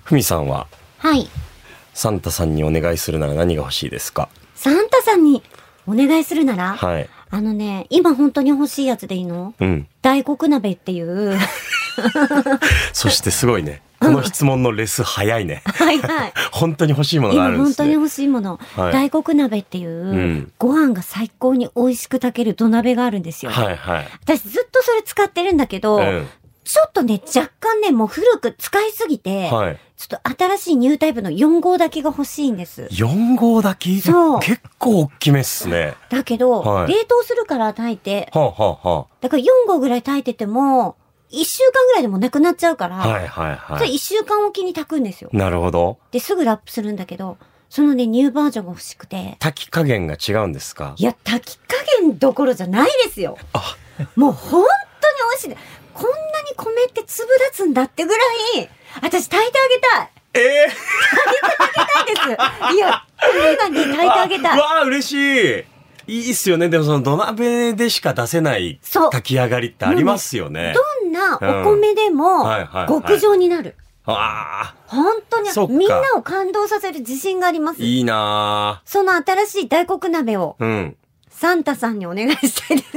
ふみさんははい。 サンタさんにお願いするなら何が欲しいですか？ サンタさんにお願いするなら、 はい。 今本当に欲しいやつでいいの？ うん。 大黒鍋っていう。 そしてすごいね。この質問のレス早いね。 はいはい。 本当に欲しいものがあるんですね。 今本当に欲しいもの。 はい大黒鍋っていう、ご飯が最高に美味しく炊ける土鍋があるんですよ。 はいはい。 私ずっとそれ使ってるんだけど、ちょっとね、若干ね、もう古く使いすぎて、 はい。 ちょっと新しいニュータイプの4号炊きが欲しいんです。 4号炊き？ そう。 結構大きめっすね。 だけど、 はい冷凍するから炊いて、 はあ、はあはだから4号ぐらい炊いてても、1週間ぐらいでもなくなっちゃうから、 あ、はいはいはそれい。 1週間おきに炊くんですよ。 なるほど。 で、すぐラップするんだけど、そのね、ニューバージョンが欲しくて。 炊き加減が違うんですか？ いや、炊き加減どころじゃないですよ。 あ、 もう本当に美味しい。こんなに米って粒立つんだってぐらい、私炊いてあげたい。炊いてあげたいです。いや、誰がに炊いてあげたい。 わあ、嬉しい。いいっすよね。でもその土鍋でしか出せない炊き上がりってありますよね。 どんなお米でも極上になる。 ああ。 本当にみんなを感動させる自信があります。 いいなその新しい大黒鍋を、サンタさんにお願いしたいです。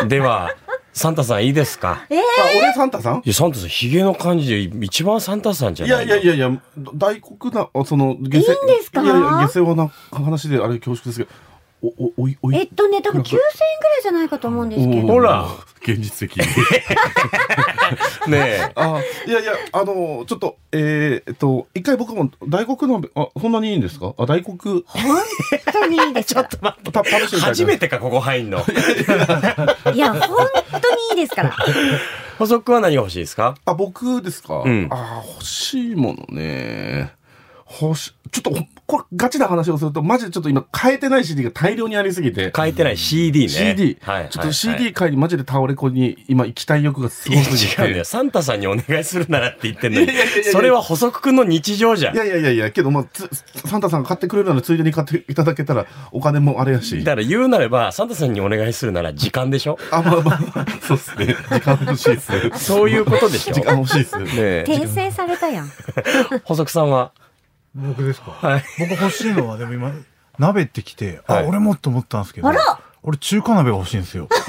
では、サンタさんいいですか？ 俺サンタさん？ いや、サンタさん、ヒゲの感じで一番サンタさんじゃないの？ いや、大黒な、下世。いいんですか？ いや、下世話な話であれ恐縮ですけど、 多分9000円ぐらいじゃないかと思うんですけど。 ほら。 現実的。 ねえ。 いや、ちょっと、一回僕も大黒鍋、そんなにいいんですか？大黒。 本当にいいです。 ちょっと待って。初めてか、ここ入んの。 いや、本当にいいですから。 補足は何が欲しいですか？ 僕ですか？欲しいものね。ちょっと、これガチな話をすると、マジでちょっと今変えてない CD が大量にありすぎて。 変えてない CD ね。 CD。ちょっと CD 買いにマジで倒れ込に今行きたい欲がすごすぎて。 違うんだよ。サンタさんにお願いするならって言ってんのに。それは補足くんの日常じゃん。 いや、けどサンタさんが買ってくれるならついでに買っていただけたらお金もあれやし。 だから言うなれば、サンタさんにお願いするなら時間でしょ？ そうっすね。時間欲しいっすね。 そういうことでしょ？ 時間欲しいっすね。 訂正されたやん。 補足さんは？ 僕ですか？ はい。 僕欲しいのはでも今鍋ってきて、俺もと思ったんですけど、俺中華鍋が欲しいんですよ。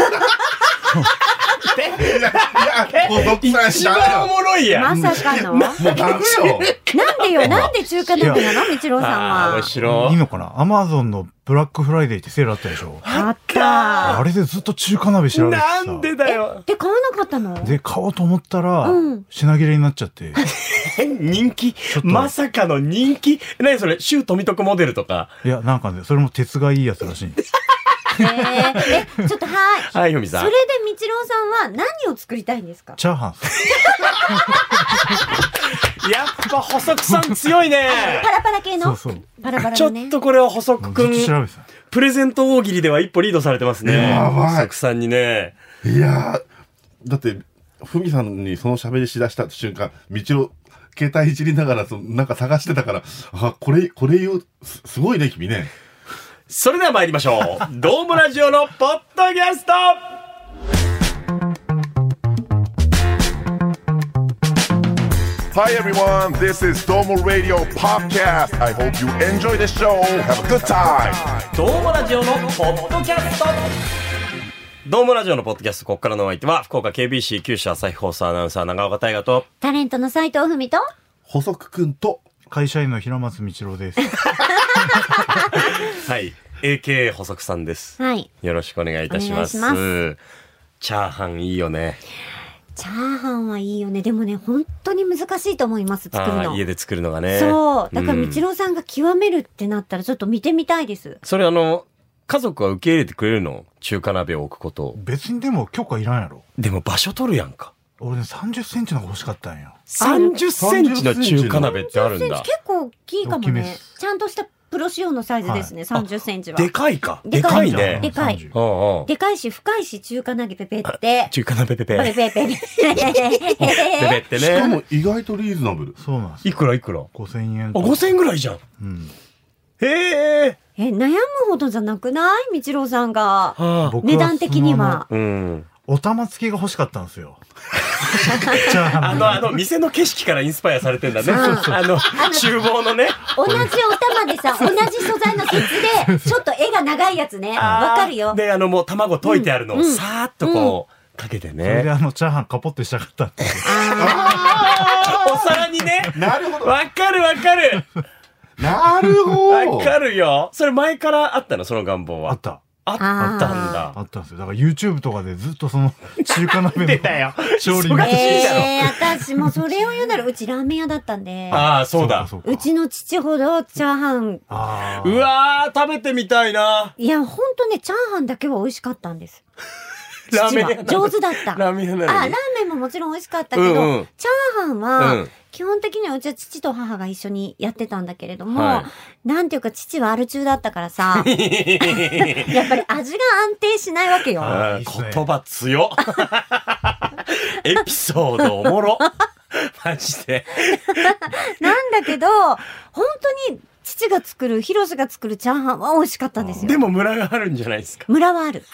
一番おもろいやん。まさかの。 もうダメよ。 なんで中華鍋なの？みちろうさんは。 面白い。 いいのかな？アマゾンのブラックフライデーってセールあったでしょ？ あった。 あれでずっと中華鍋調べてさ。 なんでだよ。 で買わなかったの？ で買おうと思ったら品切れになっちゃって。 人気？まさかの人気？何それ？周富徳モデルとか？ いや、なんかね、それも鉄がいいやつらしい。 ちょっとはい、ふみさん。 それでみちろうさんは何を作りたいんですか？ チャーハン。 やっぱ補足さん強いね。 パラパラ系の？ そう。 パラパラちょのね。 っとこれは補足くん。プレゼント大喜利では一歩リードされてますね。 やばい。 補足さんにね。 いやだって、ふみさんにその喋りしだした瞬間、みちろ携帯いじりながらなんか探してたから、これ言う、すごいね、君ね。 それでは参りましょう。ドームラジオのポッドキャスト。 Hi everyone, this is Domo Radio Podcast. I hope you enjoy the show. Have a good time. ドームラジオのポッドキャスト。ドームラジオのポッドキャスト、ここからのお相手は福岡 KBC 九州朝日放送アナウンサー長岡大河とタレントの斉藤文と補足くんと会社員の平松道郎です。 はい、AKA 補足さんです。 はい。 よろしくお願いいたします。チャーハンいいよね。 チャーハンはいいよね。でもね、本当に難しいと思います、作るの。 家で作るのがね。 そう。だからみちろうさんが極めるってなったらちょっと見てみたいです。 それ家族は受け入れてくれるの？中華鍋を置くことを。 別にでも許可いらんやろ。 でも場所取るやんか。 俺ね、30センチのが欲しかったんよ。 30センチの中華鍋ってあるんだ。 結構大きいかもね。ちゃんとしたプロ仕様のサイズですね、30センチは。 でかいか。でかいね。 でかい。でかいし、深いし、中華鍋ペペって。 中華鍋ペペ。 ペペペペ。 ペペってね。 しかも意外とリーズナブル。 そうなんです。 いくら ?5000 円。 5000円ぐらいじゃん。へえ。 悩むほどじゃなくない？みちろうさんが。値段的には。 お玉付きが欲しかったんですよ。 店の景色からインスパイアされてんだね。厨房のね。 同じお玉でさ、同じ素材の鉄で、ちょっと絵が長いやつね。わかるよ。 で、もう卵溶いてあるのをさーっとこう、かけてね。 それでチャーハンカポってしたかったって。 お皿にね。 なるほど。 わかるわかる。 なるほど。 わかるよ。それ前からあったの、その願望は。 あった。 あったんだ。 あったんですよ。だから YouTube とかでずっとその中華鍋の調理私もそれを言うならうちラーメン屋だったんで。 ああ、そうだ。 うちの父ほどチャーハン。 うわー、食べてみたいな。 いや、ほんとね、チャーハンだけは美味しかったんです。 ラーメン屋上手だった。 ラーメン屋なのに。 ラーメンももちろん美味しかったけど、チャーハンは、基本的にはうちは父と母が一緒にやってたんだけれども、なんていうか父はアル中だったからさ、やっぱり味が安定しないわけよ。 言葉強っ。エピソードおもろ。マジで。 なんだけど、本当に父が作る、広瀬が作るチャーハンは美味しかったんですよ。 でもムラがあるんじゃないですか。 ムラはある。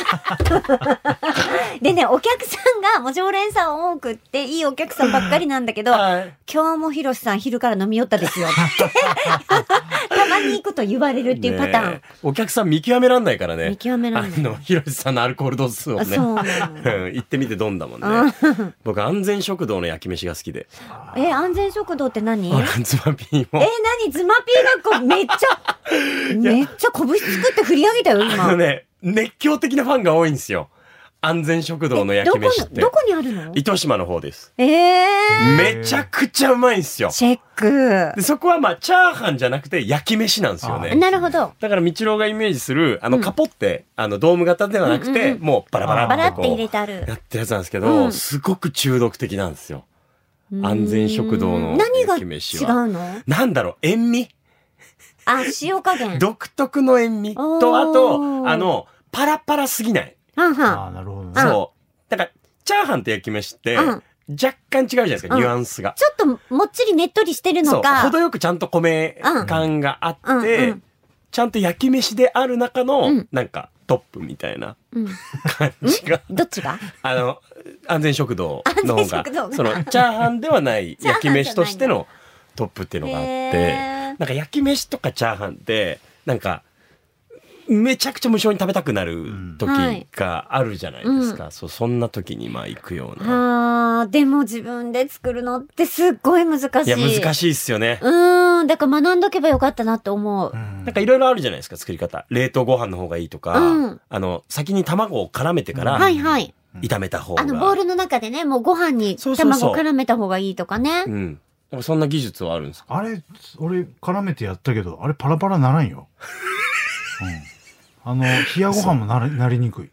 でね、お客さんがもう常連さん多くっていいお客さんばっかりなんだけど、今日も広瀬さん昼から飲み寄ったですよってたまに行くと言われるっていうパターン。 お客さん見極めらんないからね。 見極めらんない。 広瀬さんのアルコール度数をね。 そうなの。 行ってみてどんだもんね。僕安全食堂の焼き飯が好きで。 安全食堂って何？ ズマピーも。 何ズマピーがめっちゃ拳作って振り上げたよ今。 熱狂的なファンが多いんですよ。安全食堂の焼き飯って。 どこにあるの？ 糸島の方です。 めちゃくちゃうまいんですよ。 チェック。 でそこはチャーハンじゃなくて焼き飯なんですよね。 なるほど。 だから道郎がイメージするカポってドーム型ではなくて、もうバラバラってこう入れてあるやってるやつなんですけど、すごく中毒的なんですよ。安全食堂の焼き飯は。 何が違うの？ なんだろう、塩味。 塩加減。 独特の塩味と、あと、パラパラすぎない。 なるほどね。 そう。だから、チャーハンと焼き飯って、若干違うじゃないですか、ニュアンスが。 ちょっともっちりねっとりしてるのか。 程よくちゃんと米感があって、ちゃんと焼き飯である中の、なんか、トップみたいな感じが。 どっちが？ 安全食堂の方が、その、チャーハンではない焼き飯としてのトップっていうのがあって、なんか焼き飯とかチャーハンって、なんか、めちゃくちゃ無性に食べたくなる時があるじゃないですか。そんな時に行くような。 でも自分で作るのってすっごい難しい。 いや、難しいっすよね。 だから学んどけばよかったなって思う。 なんかいろいろあるじゃないですか、作り方。冷凍ご飯の方がいいとか、先に卵を絡めてから、炒めた方が。 ボウルの中でね、もうご飯に卵絡めた方がいいとかね。 そんな技術はあるんですか？ あれ、俺絡めてやったけど、あれパラパラならんよ。冷やご飯もなりにくい。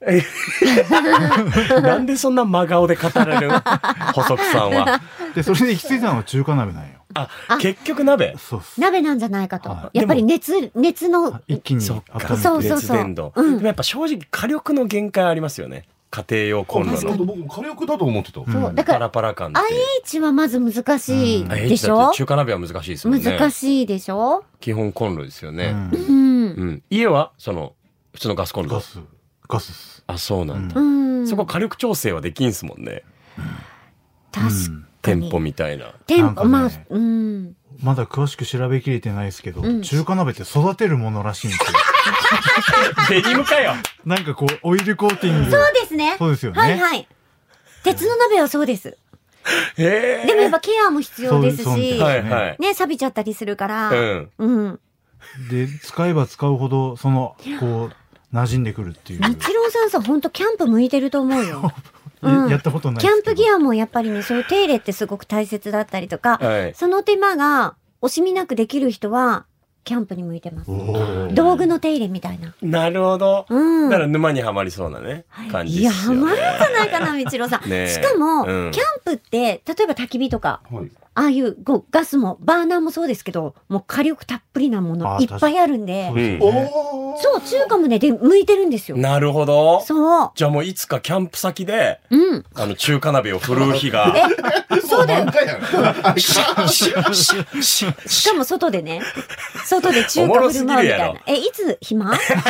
なんでそんな真顔で語れる細くさんは。 で、それで行き着いたのが中華鍋なんよ。 結局鍋？ そうっす。 鍋なんじゃないかと。やっぱり熱の。 一気に温めて熱伝導。でもやっぱ正直火力の限界ありますよね。家庭用コンロの。 僕火力だと思ってた。 だからパラパラ感って。 IH はまず難しいでしょ？ 中華鍋は難しいですもんね。 難しいでしょ？ 基本コンロですよね。家は普通のガスコンロ。 ガス。 そうなんだ。そこ火力調整はできんすもんね。 確かに。 店舗みたいな。 店舗、まだ詳しく調べきれてないですけど、中華鍋って育てるものらしいんですよ。 デニムかよ。 なんかこう、オイルコーティング。 そうですね。 そうですよね。 はい。鉄の鍋はそうです。でもやっぱケアも必要ですし、ね、錆びちゃったりするから。 で、使えば使うほど、こう、馴染んでくるっていう。 日郎さんほんとキャンプ向いてると思うよ。 やったことないキャンプギアもやっぱりね、そういう手入れってすごく大切だったりとか、その手間が惜しみなくできる人は、キャンプに向いてます。道具の手入れみたいな。 なるほど。だから沼にはまりそうなね、感じですよね。 いや、はまるんじゃないかな、みちろさん。しかも、キャンプって、例えば焚き火とか、ああいうガスも、バーナーもそうですけど、もう火力たっぷりなものいっぱいあるんで、そう、中華もね、向いてるんですよ。 なるほど。 そう。 じゃあもういつかキャンプ先で、中華鍋を振るう日が。 そうだよ。しかも外でね。 外で中華振る舞うみたいな。いつ暇？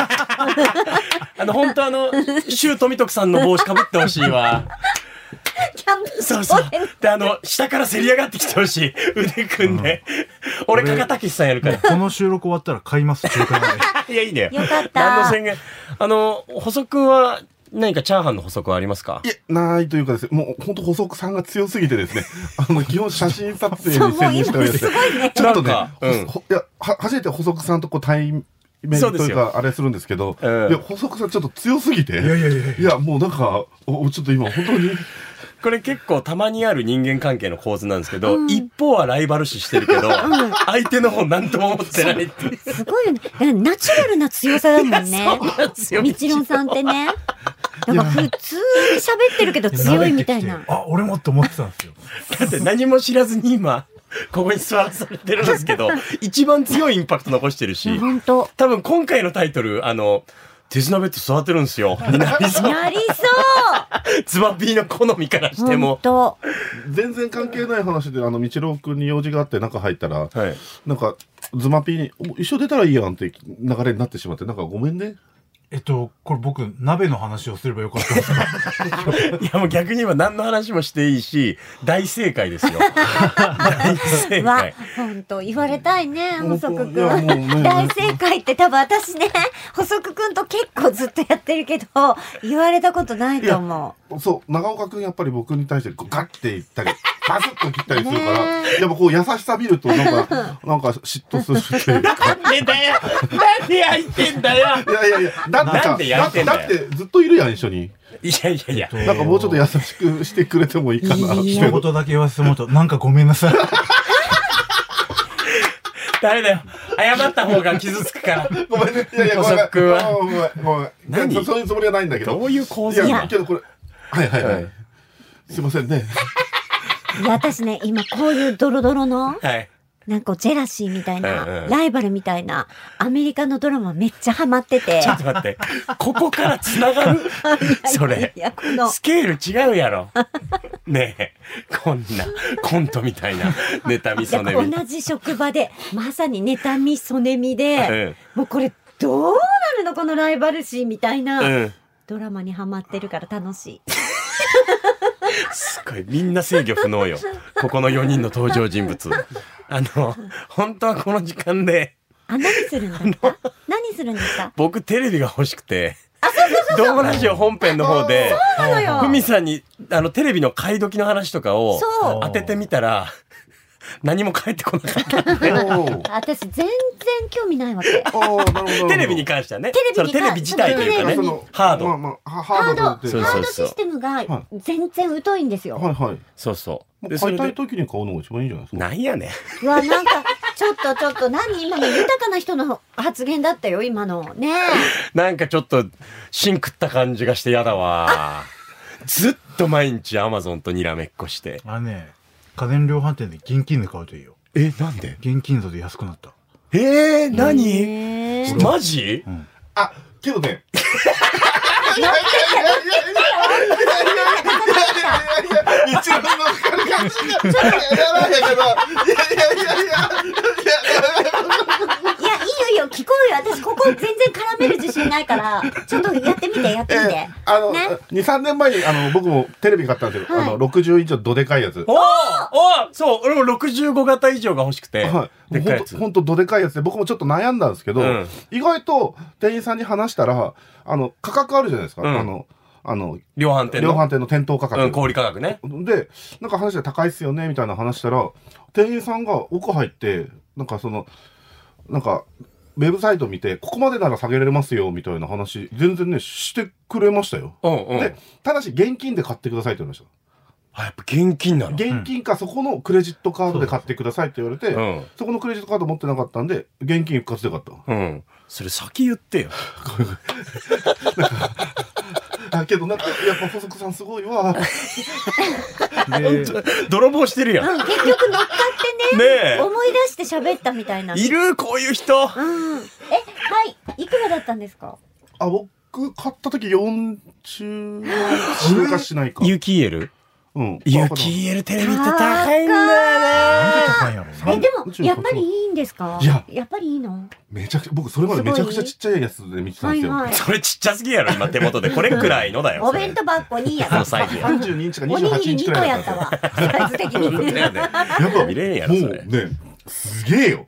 本当シュー富徳さんの帽子かぶってほしいわ。 キャンプそうそう。で、下からせり上がってきてほしい。腕組んで。俺、加賀武さんやるから。 この収録終わったら買います、中華鍋。 いや、いいね。 よかった。 何の宣言。細くんは、何かチャーハンの補足はありますか？ いえ、ないというかですね、もう本当補足さんが強すぎてですね、基本写真撮影に専念しております。ちょっとね、いや、初めて補足さんと対面というかあれするんですけど、いや、補足さんちょっと強すぎて、いや、もうなんか、ちょっと今本当に。 これ結構たまにある人間関係の構図なんですけど、一方はライバル視してるけど、相手の方なんとも思ってないっていう。 すごいよね。ナチュラルな強さだもんね。みちろんさんってね。なんか普通に喋ってるけど強いみたいな。 俺もって思ってたんですよ。 だって何も知らずに今、ここに座らされてるんですけど、一番強いインパクト残してるし、 本当。 多分今回のタイトル、手綱ベッド座ってるんですよ。 なりそう。 ズバピーの好みからしても。 全然関係ない話で、みちろうくんに用事があって中入ったら、なんか、ズマピーに、一緒出たらいいやんって流れになってしまって、なんかごめんね。 これ僕、鍋の話をすればよかったんですか？ いやもう逆に言えば何の話もしていいし、大正解ですよ。大正解。 本当言われたいね、細くくん。大正解って多分私ね、細くくんと結構ずっとやってるけど、言われたことないと思う。そう、長岡くんやっぱり僕に対してガッて言ったり、バスッと切ったりするから、やっぱこう優しさ見るとなんか嫉妬するっていうか。 なんでだよ。なんで焼いてんだよ。 いや、だってずっといるやん、一緒に。 いや。 なんかもうちょっと優しくしてくれてもいいかな。 一言だけ言わせてもらうと、なんかごめんなさい。 ダメだよ。謝った方が傷つくから。 ごめんね。いや、 細くんは。 ごめん。そういうつもりはないんだけど。 どういう構図？ いや、けどこれ、はい。すいませんね。 いや、私ね、今こういうドロドロの、 はい。 なんかジェラシーみたいな、ライバルみたいな、アメリカのドラマめっちゃハマってて。 ちょっと待って。ここから繋がるそれ。スケール違うやろ。ねえ。こんなコントみたいな妬みそねみ。 同じ職場で、まさに妬みそねみで、もうこれどうなるのこのライバルシーみたいな、ドラマにハマってるから楽しい。 すごい。みんな制御不能よ。ここの4人の登場人物。本当はこの時間で。 何するんですか？ 僕テレビが欲しくて。ドームラジオ本編の方で、ふみさんに、テレビの買い時の話とかを当ててみたら、何も返ってこなかったんで。 私全然興味ないわけ。 テレビに関してはね。テレビ自体というかね。ハード。 ハードシステムが全然疎いんですよ。 そうそう。 買いたい時に買うのが一番いいんじゃないですか。 なんやねん。 なんか、ちょっと、何今の豊かな人の発言だったよ、今の。ねなんかちょっと、芯食った感じがしてやだわ。ずっと毎日アマゾンとにらめっこして。 家電量販店で現金で買うといいよ。 なんで？ 現金だと安くなった。 何？マジ？ けどね。一番の感じが。 いいよ、聞こうよ。私ここ全然絡める自信ないから、ちょっとやってみて。2、 3年前に僕もテレビ買ったんですよ。60インチのどでかいやつ。 そう、俺も65型以上が欲しくて。 でかいやつ。ほんとどでかいやつで、僕もちょっと悩んだんですけど、意外と店員さんに話したら、価格あるじゃないですか。 量販店の店頭価格。 小売価格ね。 で、なんか話が高いっすよね、みたいな話したら、店員さんが奥入って、なんかウェブサイト見て、ここまでなら下げられますよ、みたいな話、全然ね、してくれましたよ。で、ただし現金で買ってくださいって言われました。 やっぱ現金なの？ 現金かそこのクレジットカードで買ってくださいって言われて、そこのクレジットカード持ってなかったんで、現金一括で買った。 それ先言ってよ。 けどなんかやっぱ細くさんすごいわ。 泥棒してるやん。 結局乗っかってね、思い出して喋ったみたいな。 いるこういう人。 いくらだったんですか？ 僕買った時40かしないか。 ユキエル？ユキエルテレビって高いんだよね。 なんで高いんやろ？ でもやっぱりいいんですか？やっぱりいいの？ めちゃくちゃ、僕それまでめちゃくちゃちっちゃいやつで見てたんですよ。 それちっちゃすぎやろ今手元で。これくらいのだよ。 お弁当箱にやった。 32インチか28インチくらいだったわ。 サイズ的に。 やっぱ見れんやろそれ。もうね、すげえよ。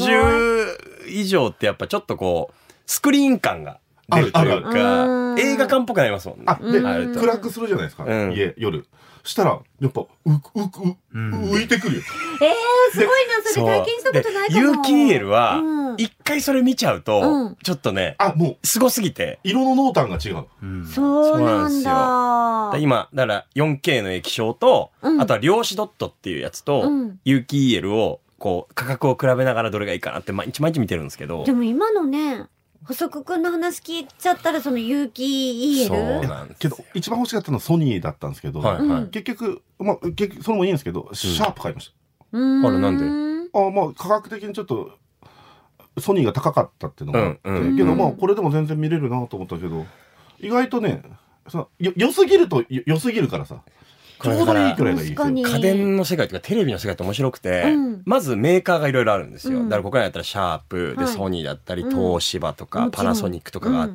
60以上ってやっぱちょっとこうスクリーン感が出るというか、映画館っぽくなりますもんね。 で、暗くするじゃないですか、家、夜。したら、やっぱ、浮いてくるよ。 すごいな、それ体験したことないかも。 有機 EL は、一回それ見ちゃうと、ちょっとね、もう、すごすぎて。 色の濃淡が違う。 そうなんだ。 今、だから 4K の液晶と、あとは量子ドットっていうやつと、有機 EL を、こう、価格を比べながらどれがいいかなって毎日見てるんですけど。 でも今のね、細くくんの話聞いちゃったらその有機 EL？ そうなんですけど一番欲しかったのはソニーだったんですけど、結局それもいいんですけど、シャープ買いました。 あれなんで？ 価格的にちょっとソニーが高かったっていうのがあって、けどこれでも全然見れるなと思ったけど、意外とね、良すぎると良すぎるからさ。ちょうどいいくらいがいいですよ。 家電の世界というかテレビの世界って面白くて、まずメーカーがいろいろあるんですよ。だからここらだったらシャープでソニーだったり東芝とかパナソニックとかがあって、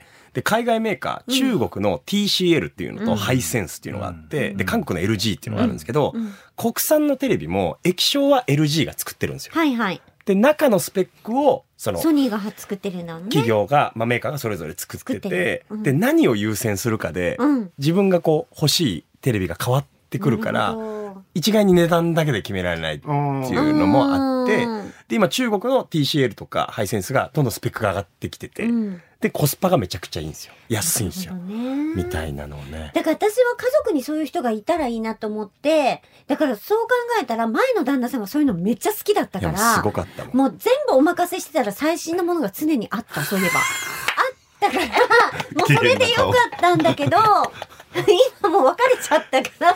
で海外メーカー中国の TCL っていうのとハイセンスっていうのがあって、で韓国の LG っていうのがあるんですけど、国産のテレビも液晶は LG が作ってるんですよ。 はいはい。 で中のスペックをソニーが作ってるんだね。 企業が、メーカーがそれぞれ作ってて、で何を優先するかで、自分がこう欲しいテレビが変わってくるから、一概に値段だけで決められないっていうのもあって、で今中国の TCL とかハイセンスがどんどんスペックが上がってきてて、でコスパがめちゃくちゃいいんですよ。安いんですよ。みたいなのをね。 だから私は家族にそういう人がいたらいいなと思って、だからそう考えたら前の旦那さんがそういうのめっちゃ好きだったから、 すごかったもう全部お任せしてたら最新のものが常にあった、そういえば。あったから、もうそれでよかったんだけど、今もう別れちゃったから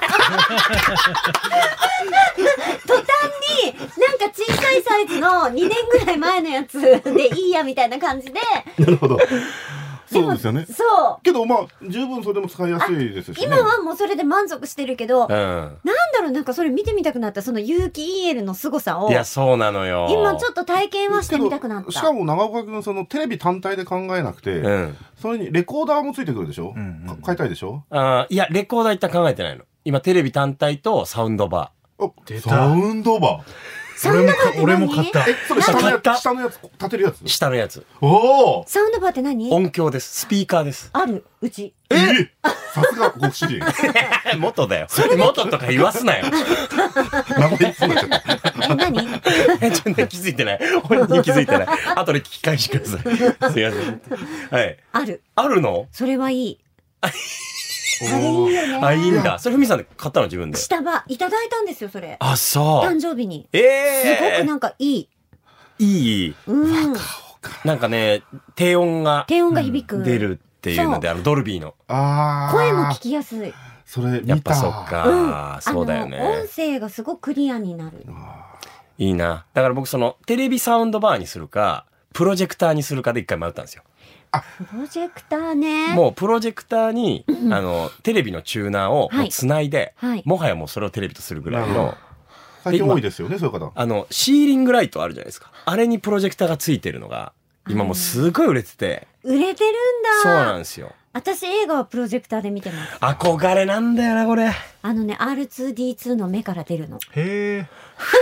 途端になんか小さいサイズの2年ぐらい前のやつでいいやみたいな感じで。 なるほど。そうですよね。 そう。 けど十分それでも使いやすいですしね。 今はもうそれで満足してるけど、なんだろう、なんかそれ見てみたくなった、その有機 EL の凄さを。 いや、そうなのよ。 今ちょっと体験はしてみたくなった。 しかも長岡君、そのテレビ単体で考えなくて、それにレコーダーもついてくるでしょ？買いたいでしょ？ いや、レコーダー一旦考えてないの。今テレビ単体とサウンドバー。サウンドバー。 俺も買った。 それ下のやつ、立てるやつ？ 下のやつ。 おサウンドバーって何？ 音響です。スピーカーです。 ある、うち。 さすがご主人。 元だよ。元とか言わすなよ。 名前そうなっちゃった。 何？ 全然気づいてない。本人気づいてない。後で聞き返してください。すいません。はい。 ある。 あるの？ それはいい。あれいいよね。 いいんだ。それふみさんで買ったの自分で。 下場いただいたんですよ、それ。 あ、そう。 誕生日に。 すごくなんかいい。 いい。なんかね、低音が響く。 出るっていうので、ドルビーの。 声も聞きやすい。 それやっぱそっか。そうだよね。 音声がすごくクリアになる。 いいな。だから僕テレビサウンドバーにするか、プロジェクターにするかで一回迷ったんですよ。 プロジェクターね。 もうプロジェクターに、テレビのチューナーをつないで、もはやもうそれをテレビとするぐらいの。 最近多いですよね、そういう方。 シーリングライトあるじゃないですか。あれにプロジェクターがついてるのが、今もうすごい売れてて。 売れてるんだ。 そうなんですよ。 私映画はプロジェクターで見てます。 憧れなんだよな、これ。 R2D2 の目から出るの。 へえ。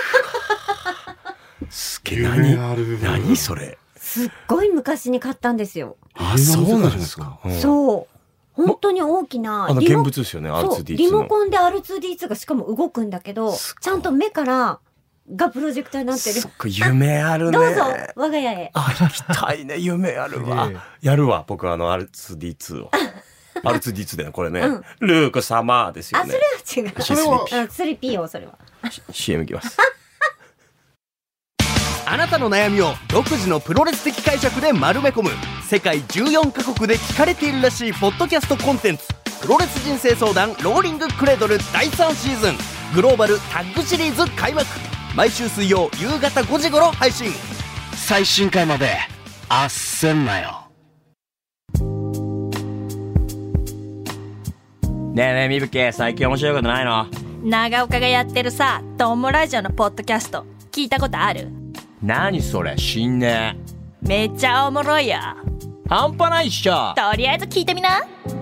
すげえ、何それ。 すっごい昔に買ったんですよ。 そうなんですか。 そう。本当に大きな現物ですよね、R2D2 リモコンで R2D2 がしかも動くんだけど、ちゃんと目からがプロジェクターになってる。 夢あるね。 どうぞ我が家へ。 行きたいね、夢あるわ。やるわ、僕R2D2 を。R2D2 でこれね、ルーク様ですよね。 それは違う。それは 3P よ、それは。 CM いきます。 あなたの悩みを独自のプロレス的解釈で丸め込む世界14カ国で聞かれているらしいポッドキャストコンテンツ、プロレス人生相談ローリングクレードル第3シーズングローバルタッグシリーズ開幕。毎週水曜夕方5時頃配信。最新回まであっせんなよ。 ねえねえみぶけ、最近面白いことないの？ 長岡がやってるさ、トモラジオのポッドキャスト聞いたことある？ 何それ、知んねえ。めっちゃおもろいよ。 半端ないっしょ。 とりあえず聞いてみな。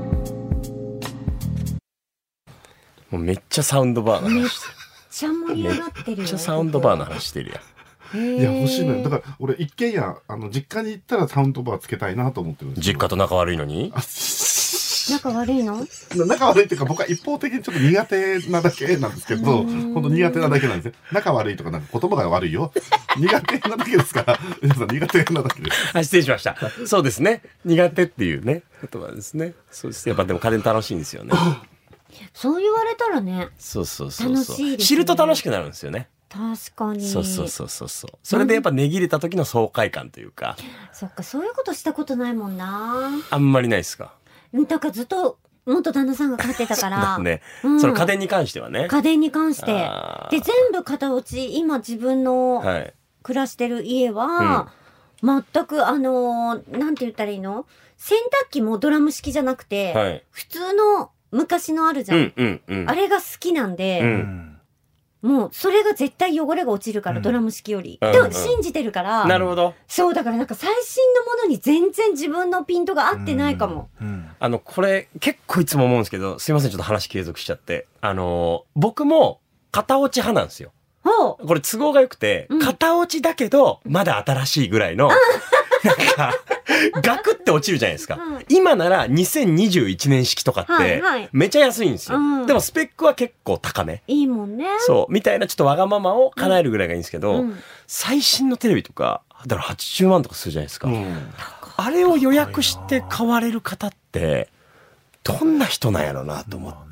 もうめっちゃサウンドバーの話してる。 めっちゃ盛り上がってるよ。 めっちゃサウンドバーの話してるやん。 いや欲しいのよ。だから俺一軒家実家に行ったらサウンドバーつけたいなと思ってるんです。 実家と仲悪いのに？ 仲悪いの？ 仲悪いっていうか僕は一方的にちょっと苦手なだけなんですけど、本当苦手なだけなんですよ。仲悪いとかなんか言葉が悪いよ。苦手なだけですから。皆さん苦手なだけです。 失礼しました。そうですね。苦手っていうね言葉ですね。そうです。やっぱでも家電楽しいんですよね。 そう言われたらね。 そうそうそう。 楽しいですね。 知ると楽しくなるんですよね。 確かに。 そうそうそうそうそう。それでやっぱ値切れた時の爽快感というか。 そっか、そういうことしたことないもんな。 あんまりないですか？ だからずっと元旦那さんが買ってたから。 ね。その家電に関してはね。 家電に関して。で、全部型落ち、今自分の暮らしてる家は、全くなんて言ったらいいの？洗濯機もドラム式じゃなくて、普通の昔のあるじゃん。あれが好きなんで、もうそれが絶対汚れが落ちるから、ドラム式より。でも信じてるから。 なるほど。 そうだからなんか最新のものに全然自分のピントが合ってないかも。 これ結構いつも思うんですけど、すいませんちょっと話継続しちゃって、僕も型落ち派なんですよ。これ都合が良くて、型落ちだけどまだ新しいぐらいのなんかガクって落ちるじゃないですか。今なら2021年式とかってめちゃ安いんですよ。でもスペックは結構高め。 いいもんね。 そうみたいなちょっとわがままを叶えるぐらいがいいんですけど、最新のテレビとかだから80万とかするじゃないですか。あれを予約して買われる方ってどんな人なんやろうなと思って。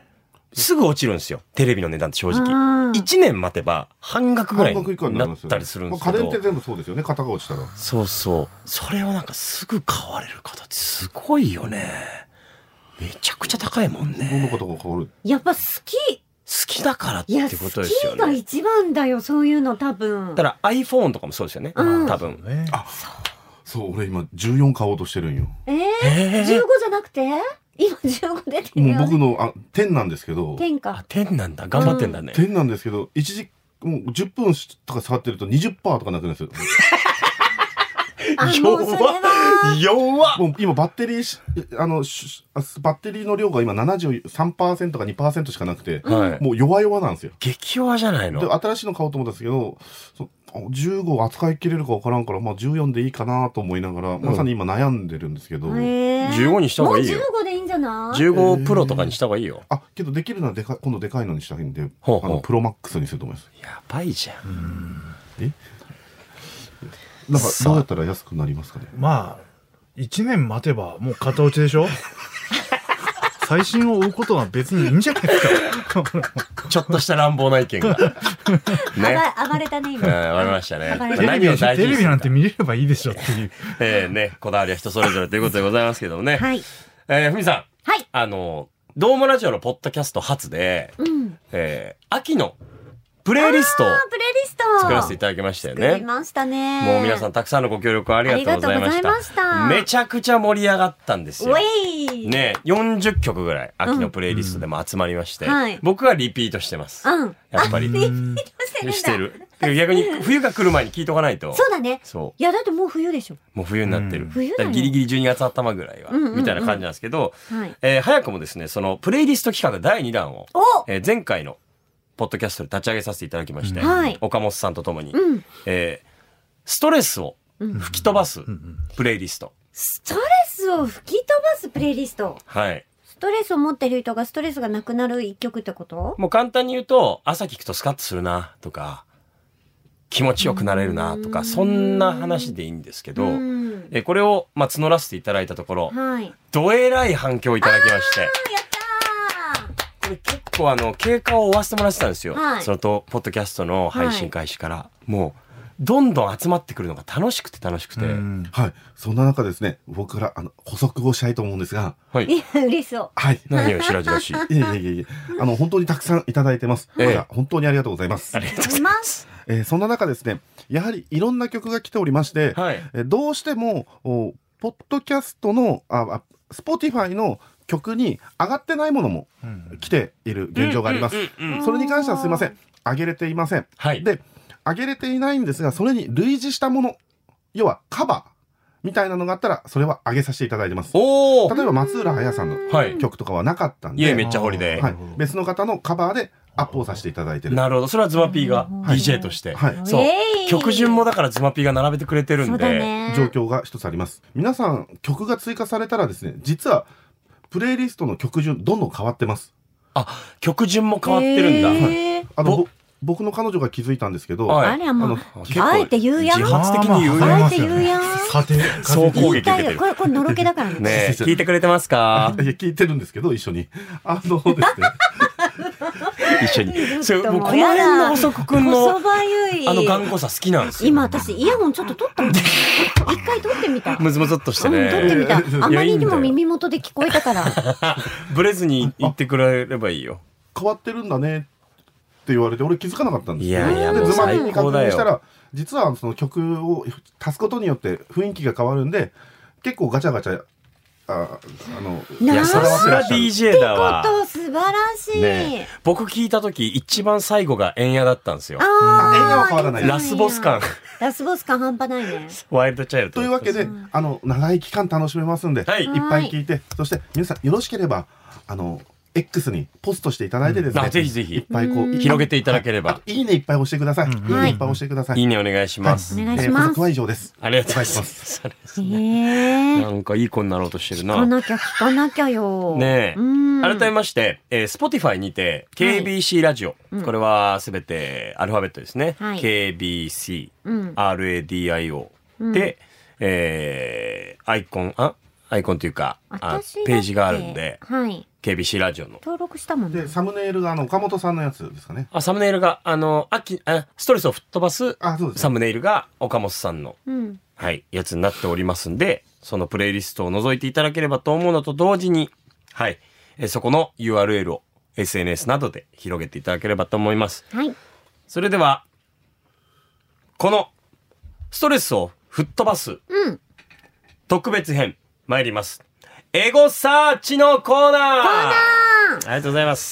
すぐ落ちるんですよ。テレビの値段って正直。1年待てば半額ぐらいになったりするんですけど。 家電って全部そうですよね。型が落ちたら。 そうそう。それをなんかすぐ買われる方ってすごいよね。めちゃくちゃ高いもんね。 どんなことが変わる？ やっぱ好きだからってことですよね。 好きが一番だよ、そういうの多分。 だから iPhone とかもそうですよね。多分。 そう、俺今14買おうとしてるんよ。 15じゃなくて？今15出てるよ、ね。 もう僕の10なんですけど。 10か。 10なんだ。頑張ってんだね。 10なんですけど、もう10分とか触ってると 20% とかなくなるんですよ。 弱っ。 もう今バッテリーバッテリーの量が今 73% か 2% しかなくて、もう弱々なんですよ。 激弱じゃないの？ で新しいの買おうと思ったんですけど、15扱い切れるか分からんから、14でいいかなと思いながら、まさに今悩んでるんですけど、 15にした方がいいよ。 もう15でいいんじゃない？ 15プロとかにした方がいいよ。 けどできるのは今度でかいのにしたいんで、プロマックスにすると思います。 やばいじゃん。 なんかどうやったら安くなりますかね？ まあ1年待てばもう型落ちでしょ。最新を追うことは別にいいんじゃないですか。 ちょっとした乱暴な意見が。ね。 暴れたね、今。 暴れましたね。 テレビなんて見れればいいでしょっていう。 ね、こだわりは人それぞれということでございますけどもね。 はい。 ふみさん。 はい。 どうもラジオのポッドキャスト初で、秋のプレイリストを作らせていただきましたよね。 作りましたね。 もう皆さんたくさんのご協力ありがとうございました。めちゃくちゃ盛り上がったんですよ。ね、40曲ぐらい秋のプレイリストでも集まりまして、僕はリピートしてます。やっぱり。リピートしてる。逆に冬が来る前に聞いとかないと。 そうだね。そう。いやだってもう冬でしょ。 もう冬になってる。ギリギリ12月頭ぐらいはみたいな感じなんですけど、早くもですね、そのプレイリスト企画第2弾を前回のポッドキャストで立ち上げさせていただきまして、岡本さんとともに、ストレスを吹き飛ばすプレイリスト。 ストレスを吹き飛ばすプレイリスト。 はい。 ストレスを持ってる人がストレスがなくなる一曲ってこと？ もう簡単に言うと、朝聞くとスカッとするなとか、気持ちよくなれるなとか、そんな話でいいんですけど、これを募らせていただいたところ、どえらい反響をいただきまして。これ結構経過を追わせてもらってたんですよ。そのポッドキャストの配信開始から。もう、どんどん集まってくるのが楽しくて。はい。 そんな中ですね、僕から補足をしたいと思うんですが。 はい。 嬉しそう。 はい。 何を白々しい。 いえ。本当にたくさんいただいてます。本当にありがとうございます。 ありがとうございます。 そんな中ですね、やはりいろんな曲が来ておりまして、どうしても、ポッドキャストの、Spotify の曲に上がってないものも来ている現状があります。それに関してはすいません。上げれていません。で、 上げれていないんですが、それに類似したもの、要はカバーみたいなのがあったら、それは上げさせていただいてます。例えば松浦彩さんの曲とかはなかったんで、 いえ、めっちゃホリデー、 別の方のカバーでアップをさせていただいてる。 なるほど。それはズマピーが DJ として、そう曲順もだからズマピーが並べてくれてるんで、 状況が一つあります。皆さん曲が追加されたらですね、実はプレイリストの曲順どんどん変わってます。 あ、曲順も変わってるんだ。 僕の彼女が気づいたんですけど、 あれはもうあえて言うやん。 自発的に言うやん。 あえて言うやん。 総攻撃出てる。 これのろけだからね。聞いてくれてますか？ 聞いてるんですけど、一緒に。ですね。 一緒に。それもうこの辺の細くくんの頑固さ好きなんですよ。 今私イヤホンちょっと取ったもん。一回取ってみた。 ムズムズっとしてね。 取ってみた。あまりにも耳元で聞こえたから。 ブレずに言ってくれればいいよ。 変わってるんだねって言われて、俺気づかなかったんですよ。 いやもうズマピーに確認したら、実はその曲を足すことによって雰囲気が変わるんで、結構ガチャガチャいや、さすが DJ だわ。 ってこと素晴らしい、ね、 僕聞いた時一番最後が円屋だったんですよ。 円屋は変わらない。 ラスボス感半端ないね。 ワイルドチャイルドというわけで、長い期間楽しめますんで、いっぱい聞いて、そして皆さんよろしければX にポストしていただいてですね、 ぜひぜひいっぱいこう広げていただければ、 いいねいっぱい押してください。いいねいっぱい押してください。 いいねお願いします。 お願いします。 補足は以上です。 ありがとうございます。なんかいい子になろうとしてるな。 聞かなきゃよ。 ねえ。改めまして、Spotify にて KBC ラジオ、これはすべてアルファベットですね。KBC RADIO で、アイコンというかページがあるんで、KBC ラジオの登録したもんね。 でサムネイルが岡本さんのやつですかね。 サムネイルがストレスを吹っ飛ばすサムネイルが岡本さんの、やつになっておりますんで、そのプレイリストを覗いていただければと思うのと同時に、そこの URL を SNS などで広げていただければと思います。それではこのストレスを吹っ飛ばす特別編参ります。エゴサーチのコーナー。ありがとうございます。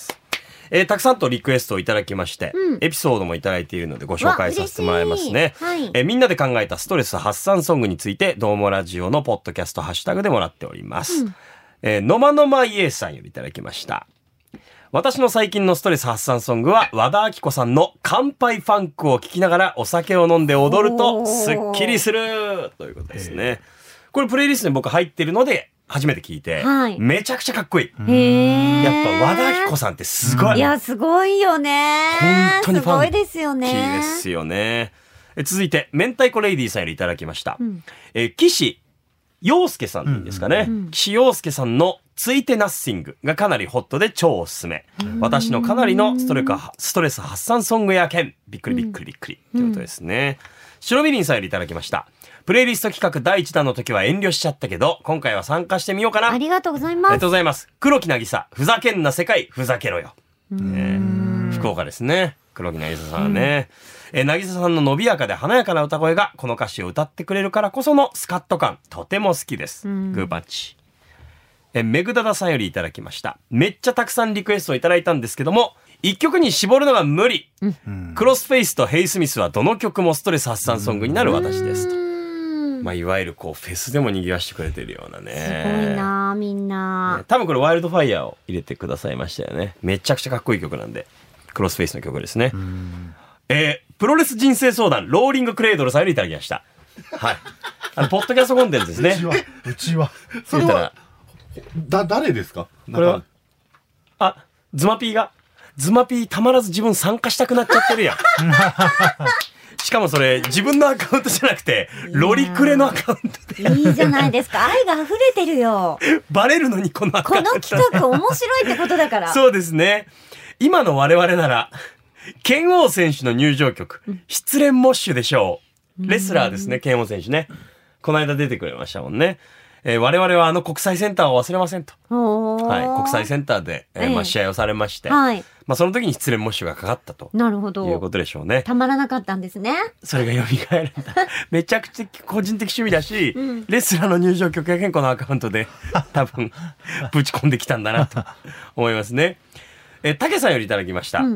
たくさんとリクエストをいただきまして、エピソードもいただいているのでご紹介させてもらいますね。みんなで考えたストレス発散ソングについて、どうもラジオのポッドキャストハッシュタグでもらっております。のまのまイエーさんよりいただきました。私の最近のストレス発散ソングは和田アキ子さんの乾杯ファンクを聴きながらお酒を飲んで踊るとスッキリするということですね。これプレイリストに僕入ってるので初めて聞いて、めちゃくちゃかっこいい。やっぱ和田アキ子さんってすごい。 いや、すごいよね。 本当にファン。 すごいですよね。 いいですよね。続いて、明太子レイディーさんよりいただきました。岸洋介さんですかね。岸洋介さんのついてナッシングがかなりホットで超おすすめ。私のかなりのストレス発散ソングや件。びっくりびっくりびっくり。ということですね。白みりんさんよりいただきました。プレイリスト企画第1弾の時は遠慮しちゃったけど、今回は参加してみようかな。 ありがとうございます。 ありがとうございます。黒木なぎさ、ふざけんな世界、ふざけろよ。福岡ですね。黒木なぎささんはね。なぎささんの伸びやかで華やかな歌声がこの歌詞を歌ってくれるからこそのスカッと感、とても好きです。グーパンチ。めぐだださんよりいただきました。めっちゃたくさんリクエストをいただいたんですけども、一曲に絞るのが無理。クロスフェイスとヘイスミスはどの曲もストレス発散ソングになる私ですと。いわゆるこうフェスでも賑わしてくれてるようなね。 すごいなみんな、 多分これワイルドファイヤーを入れてくださいましたよね。めちゃくちゃかっこいい曲なんで、クロスフェイスの曲ですね。プロレス人生相談ローリングクレードルさんよりいただきました。ポッドキャストコンテンツですね。 うちはそれは誰ですか？ これはズマピーたまらず自分参加したくなっちゃってるやん。しかもそれ自分のアカウントじゃなくてロリクレのアカウントで。 いいじゃないですか。愛が溢れてるよ。 バレるのにこのアカウント。 この企画面白いってことだから。 そうですね。今の我々なら剣王選手の入場曲、失恋モッシュでしょう。レスラーですね、剣王選手ね。この間出てくれましたもんね。我々は国際センターを忘れませんと。国際センターで、試合をされまして、その時に失恋モッシュがかかったと。 なるほど。 いうことでしょうね。 たまらなかったんですね。 それが蘇るんだ。めちゃくちゃ個人的趣味だし、レスラーの入場曲やけんこのアカウントで多分ぶち込んできたんだなと思いますね。たけさんよりいただきました。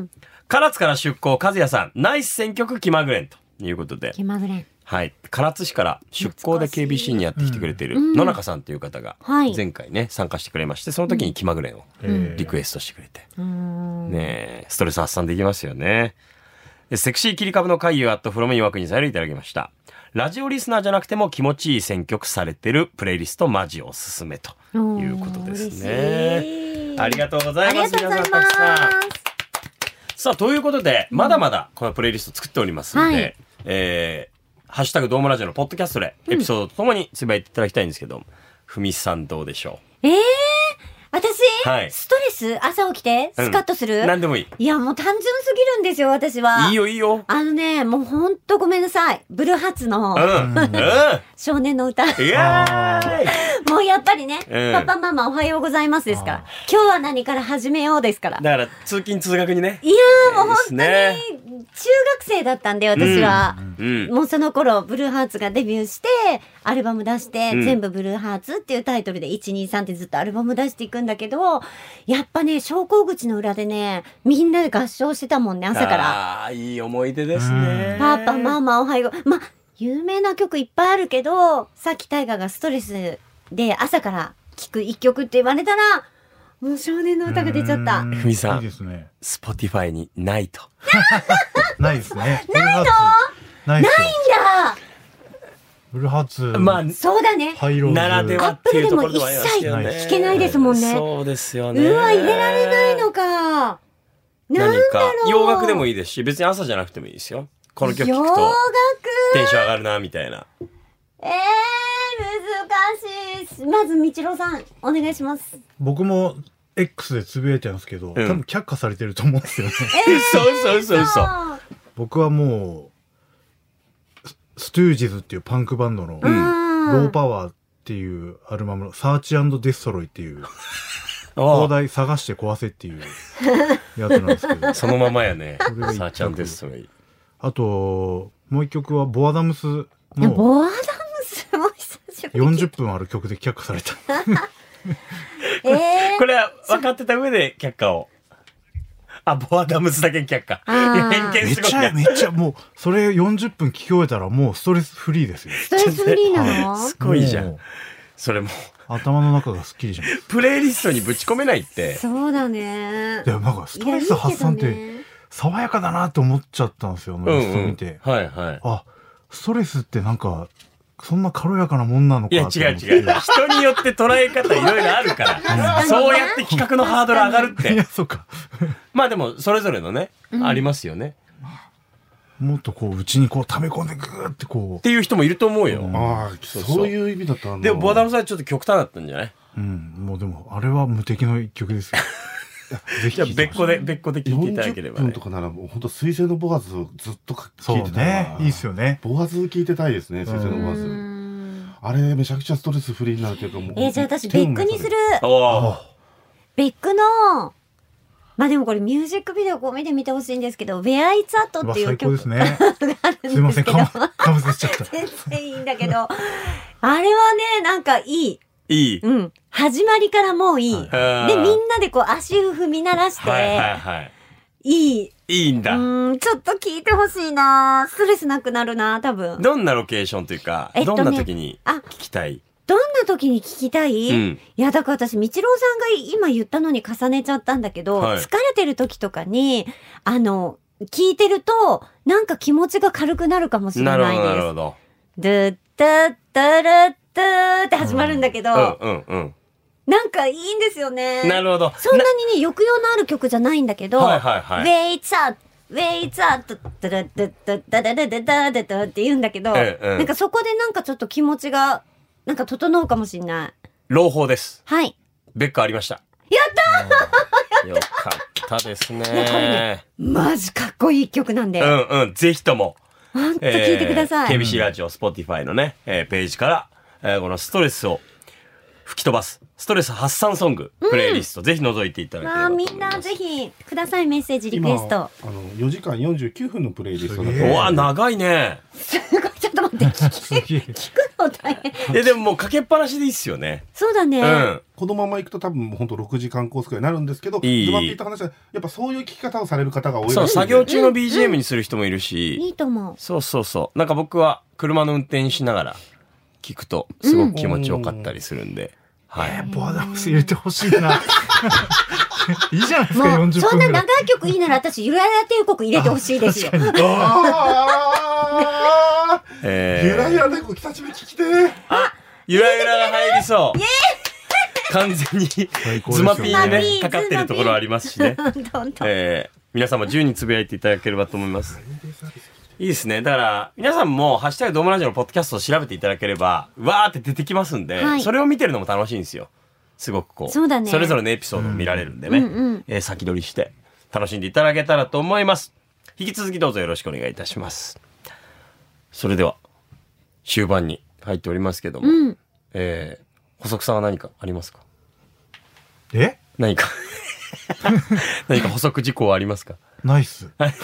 唐津から出向、和也さん、ナイス選曲気まぐれんということで。 気まぐれん。 はい。唐津市から出向で KBC にやってきてくれている野中さんという方が、前回ね、参加してくれまして、その時に気まぐれんをリクエストしてくれて。ねえ、ストレス発散できますよね。セクシー切り株の回遊@fromいわくにさえるいただきました。ラジオリスナーじゃなくても気持ちいい選曲されてるプレイリストマジおすすめということですね。ありがとうございます。皆さんたくさん。さあ、ということで、まだまだこのプレイリスト作っておりますので、ハッシュタグドームラジオのポッドキャストでエピソードとともにつぶやいていただきたいんですけど、ふみさんどうでしょう？ 私、ストレス朝起きてスカッとする、 何でもいい。 いや、もう単純すぎるんですよ、私は。 いいよ、いいよ。 もうほんとごめんなさい。ブルーハーツの、少年の歌。 いやもうやっぱりね、パパママおはようございますですから。今日は何から始めようですから。 だから、通勤通学にね。 いやー、もう本当に、中学生だったんで、私は。もうその頃、ブルーハーツがデビューして、アルバム出して、全部ブルーハーツっていうタイトルで、1、2、3ってずっとアルバム出していくんだけど、やっぱね、昇降口の裏でね、みんなで合唱してたもんね、朝から。 ああ、いい思い出ですね。 パパ、ママ、おはよう。まあ、有名な曲いっぱいあるけど、さっき大河がストレスで朝から聴く一曲って言われたら、もう少年の歌が出ちゃった。 ふみさん、 いいですね。 スポティファイにないと。 ないですね。 ないの？ないんだ。 ブルーハーツ。 まあ、そうだね。 ならではっていうところではありますよね。 アップルでも一切聞けないですもんね。 そうですよね。 うわ、入れられないのか。 何か洋楽でもいいですし、別に朝じゃなくてもいいですよ。この曲聴くとテンション上がるなみたいな。 難しい。まずみちろさんお願いします。 僕も X でつぶやいてるんですけど、多分却下されてると思うんですよね。 嘘。 僕はもうストゥージズっていうパンクバンドのローパワーっていうアルバムのサーチ&デストロイっていう広大探して壊せっていうやつなんですけど、 そのままやね。サーチ&デストロイ。 あともう一曲はボアダムスのボアダムスも久しぶり。 40分ある曲で却下された。 これは分かってた上で却下を。ボアダムスだけ却下。偏見すごい。 めっちゃもうそれ40分聞き終えたらもうストレスフリーですよ。 ストレスフリーなの？ すごいじゃん。それも頭の中がスッキリじゃん。 プレイリストにぶち込めないって。 そうだね。 でもなんかストレス発散って爽やかだなって思っちゃったんですよ。リスト見て。あ、ストレスってなんかそんな軽やかなもんなのか。 いや違う。人によって捉え方いろいろあるから。そうやって企画のハードル上がるって。 いや、そうか。 まあでもそれぞれのね、ありますよね。 もっとこう内にこう溜め込んでグーってこうっていう人もいると思うよ。 そういう意味だったんだ。 でもボアダムさんちょっと極端だったんじゃない？ もうでもあれは無敵の一曲ですよ。 ぜひ別個で聞いていただければ。 40分とかならもう本当水星のボアズをずっと聞いてたね。いいですよね。 ボアズ聞いてたいですね。水星のボアズ。あれめちゃくちゃストレスフリーになるというかもう。 じゃあ私ベックにする。ベックのまあでもこれミュージックビデオこう見てみてほしいんですけど、Where It's At っていう曲があるんですけど。すいません、 かぶせちゃった。 全然いいんだけど、あれはねなんかいい。始まりからもういい。でみんなでこう足を踏み鳴らして、いいんだ。 ちょっと聞いてほしいな。ストレスなくなるな多分。 どんなロケーションというか、どんな時に聞きたい？ どんな時に聞きたい？いやだから私みちろうさんが今言ったのに重ねちゃったんだけど、疲れてる時とかに聞いてるとなんか気持ちが軽くなるかもしれないです。 なるほど。 ドゥッタッタラッターって始まるんだけど、なんかいいんですよね。 なるほど。 そんなにね抑揚のある曲じゃないんだけど、Wait up Wait up ダダダダダダダダダダって言うんだけど、なんかそこでなんかちょっと気持ちがなんか整うかもしれない。 朗報です。 はい。 ベッカありました。 やったーよかったですね。 これね、マジかっこいい曲なんで。 ぜひとも。 ほんと聞いてください。 KBC ラジオ、Spotify のね、ページから、このストレスを吹き飛ばす、ストレス発散ソング、プレイリスト、ぜひ覗いていただければと思います。 みんなぜひください、メッセージ、リクエスト。 4時間49分のプレイリストだうわ、長いね。 すごい、ちょっと待って、聞くでももうかけっぱなしでいいっすよね。 そうだね。 このまま行くと多分本当6時間コースくらいになるんですけど、ズバッと言った話はやっぱそういう聞き方をされる方が多い。 そう、作業中の BGM にする人もいるし、 いいと思う。 そうそうそう。なんか僕は車の運転しながら聞くとすごく気持ちよかったりするんで。はい。 ボアダムス入れてほしいな。いいじゃないですか、40分ぐらい。 そんな長い曲いいなら私ゆらゆら帝国入れてほしいですよ。 ゆらゆら帝国久しぶり聞きて。 あ、ゆらゆらが入りそう。完全にズマピーねかかってるところありますしね。皆さんも自由につぶやいていただければと思います。いいですね。だから皆さんもハッシュタグドームラジオのポッドキャストを調べていただければわーって出てきますんで、それを見てるのも楽しいんですよ。すごくこう、それぞれのエピソードを見られるんでね、先取りして楽しんでいただけたらと思います。引き続きどうぞよろしくお願いいたします。それでは終盤に入っておりますけども、補足さんは何かありますか？何か補足事項はありますか？ ナイス。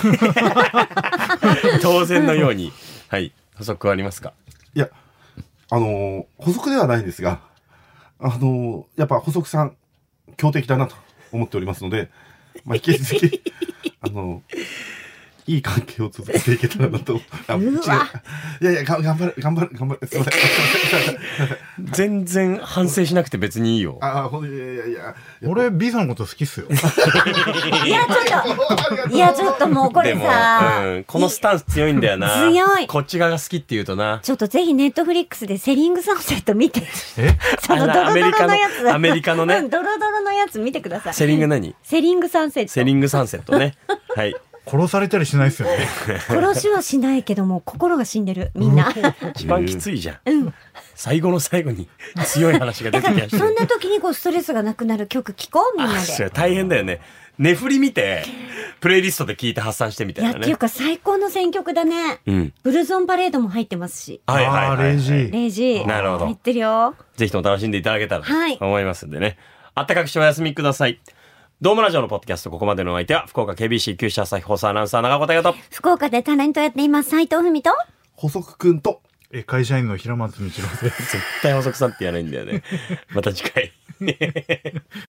当然のように、はい、補足はありますか？ いや、補足ではないんですが、やっぱ補足さん強敵だなと思っておりますので、まあ、引き続きいい関係を続けていけたらなと。いやいや、頑張る。すいません。 全然反省しなくて別にいいよ。 いや。 俺 B さんのこと好きっすよ。 いやちょっともうこれさ、 このスタンス強いんだよな。 強い。 こっち側が好きって言うとな。 ちょっとぜひネットフリックスでセリングサンセット見て。そのドロドロのやつ。 アメリカのね。 ドロドロのやつ見てください。 セリング何？ セリングサンセット。 セリングサンセットね。はい。 殺されたりしないですよね。 殺しはしないけども心が死んでるみんな。 一番きついじゃん。最後の最後に強い話が出てきました。 そんな時にこうストレスがなくなる曲聴こうみんなで。 大変だよね。寝振り見てプレイリストで聴いて発散してみたいなね。 いやっていうか最高の選曲だね。ブルーゾンパレードも入ってますし。 レイジー。 なるほど。 入ってるよ。 ぜひとも楽しんでいただけたらと思いますんでね。あったかくしてお休みください。ドームラジオのポッドキャスト、ここまでのお相手は福岡 KBC 九州朝日放送アナウンサー長岡大和と、 福岡でタレントやっています斉藤文と補足くんと会社員の平松道郎です。 絶対補足さんって言わないんだよね。また次回。